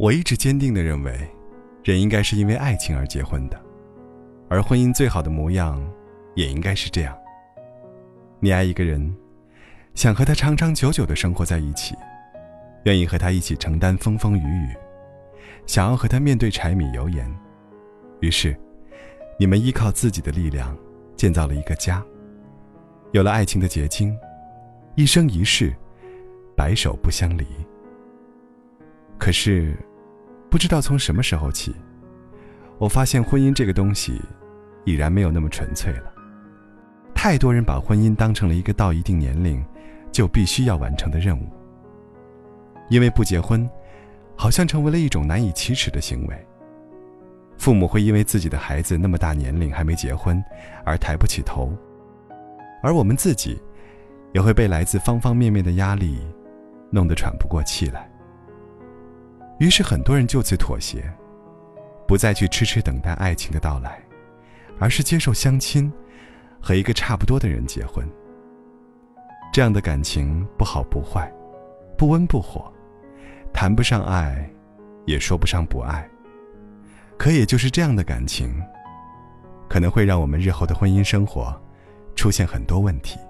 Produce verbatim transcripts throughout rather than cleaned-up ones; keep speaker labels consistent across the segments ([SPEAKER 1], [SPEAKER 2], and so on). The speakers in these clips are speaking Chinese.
[SPEAKER 1] 我一直坚定地认为，人应该是因为爱情而结婚的，而婚姻最好的模样也应该是这样。你爱一个人，想和他长长久久地生活在一起，愿意和他一起承担风风雨雨，想要和他面对柴米油盐，于是你们依靠自己的力量建造了一个家，有了爱情的结晶，一生一世白首不相离。可是不知道从什么时候起，我发现婚姻这个东西已然没有那么纯粹了。太多人把婚姻当成了一个到一定年龄就必须要完成的任务，因为不结婚好像成为了一种难以启齿的行为。父母会因为自己的孩子那么大年龄还没结婚而抬不起头，而我们自己也会被来自方方面面的压力弄得喘不过气来。于是很多人就此妥协，不再去痴痴等待爱情的到来，而是接受相亲，和一个差不多的人结婚。这样的感情不好不坏，不温不火，谈不上爱，也说不上不爱。可也就是这样的感情，可能会让我们日后的婚姻生活出现很多问题。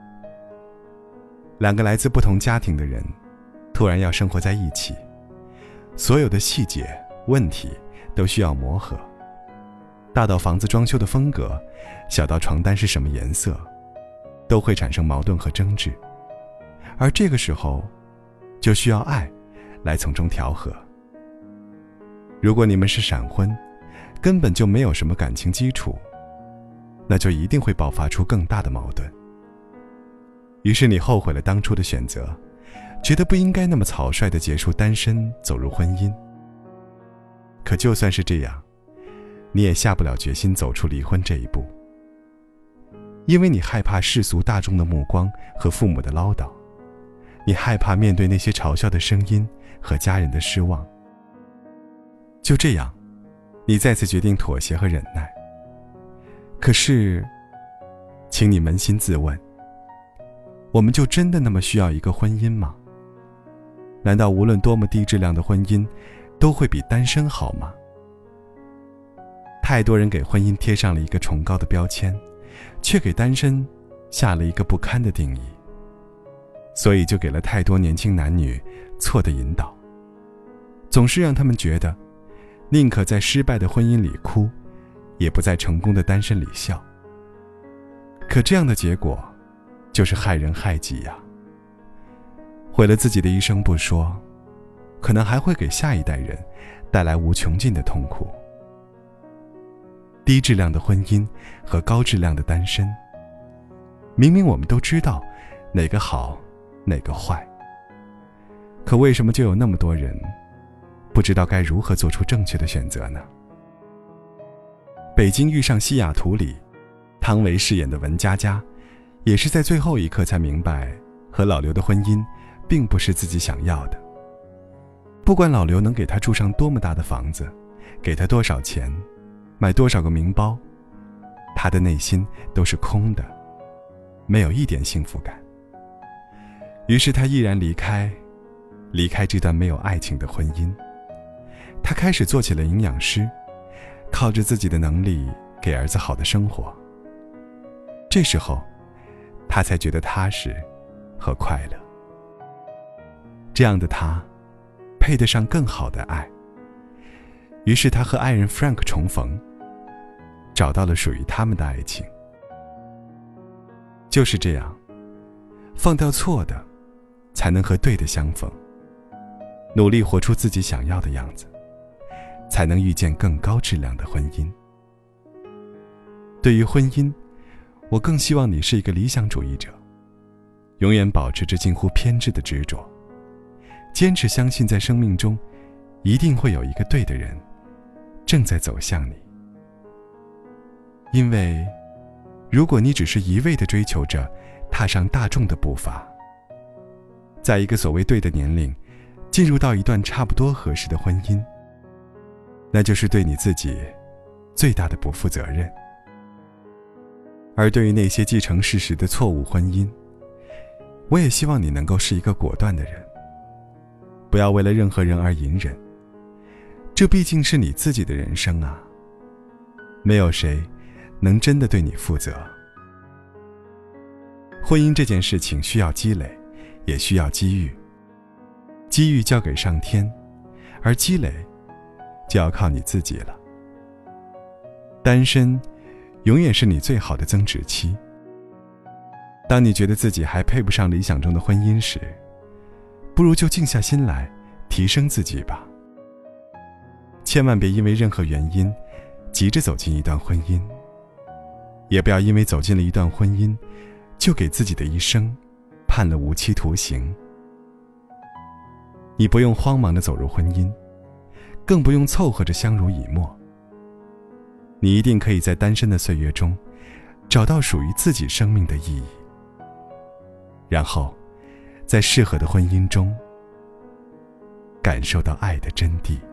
[SPEAKER 1] 两个来自不同家庭的人突然要生活在一起，所有的细节问题都需要磨合，大到房子装修的风格，小到床单是什么颜色，都会产生矛盾和争执。而这个时候就需要爱来从中调和。如果你们是闪婚，根本就没有什么感情基础，那就一定会爆发出更大的矛盾。于是你后悔了当初的选择，觉得不应该那么草率地结束单身，走入婚姻。可就算是这样，你也下不了决心走出离婚这一步，因为你害怕世俗大众的目光和父母的唠叨，你害怕面对那些嘲笑的声音和家人的失望。就这样，你再次决定妥协和忍耐。可是，请你扪心自问，我们就真的那么需要一个婚姻吗？难道无论多么低质量的婚姻，都会比单身好吗？太多人给婚姻贴上了一个崇高的标签，却给单身下了一个不堪的定义，所以就给了太多年轻男女错的引导，总是让他们觉得宁可在失败的婚姻里哭，也不在成功的单身里笑。可这样的结果就是害人害己呀，毁了自己的一生不说，可能还会给下一代人带来无穷尽的痛苦。低质量的婚姻和高质量的单身，明明我们都知道哪个好哪个坏，可为什么就有那么多人不知道该如何做出正确的选择呢？北京遇上西雅图里，汤唯饰演的文佳佳也是在最后一刻才明白，和老刘的婚姻并不是自己想要的。不管老刘能给他住上多么大的房子，给他多少钱，买多少个名包，他的内心都是空的，没有一点幸福感。于是他毅然离开，离开这段没有爱情的婚姻。他开始做起了营养师，靠着自己的能力给儿子好的生活。这时候他才觉得踏实和快乐。这样的他配得上更好的爱。于是他和爱人 Frank 重逢，找到了属于他们的爱情。就是这样，放掉错的，才能和对的相逢，努力活出自己想要的样子，才能遇见更高质量的婚姻。对于婚姻，我更希望你是一个理想主义者，永远保持着近乎偏执的执着，坚持相信在生命中一定会有一个对的人正在走向你。因为如果你只是一味地追求着踏上大众的步伐，在一个所谓对的年龄进入到一段差不多合适的婚姻，那就是对你自己最大的不负责任。而对于那些既成事实的错误婚姻，我也希望你能够是一个果断的人，不要为了任何人而隐忍， 这毕竟是你自己的人生啊，没有谁能真的对你负责。婚姻这件事情需要积累，也需要机遇。机遇交给上天，而积累就要靠你自己了。单身永远是你最好的增值期。当你觉得自己还配不上理想中的婚姻时，不如就静下心来提升自己吧。千万别因为任何原因急着走进一段婚姻，也不要因为走进了一段婚姻就给自己的一生判了无期徒刑。你不用慌忙地走入婚姻，更不用凑合着相濡以沫。你一定可以在单身的岁月中找到属于自己生命的意义，然后在适合的婚姻中感受到爱的真谛。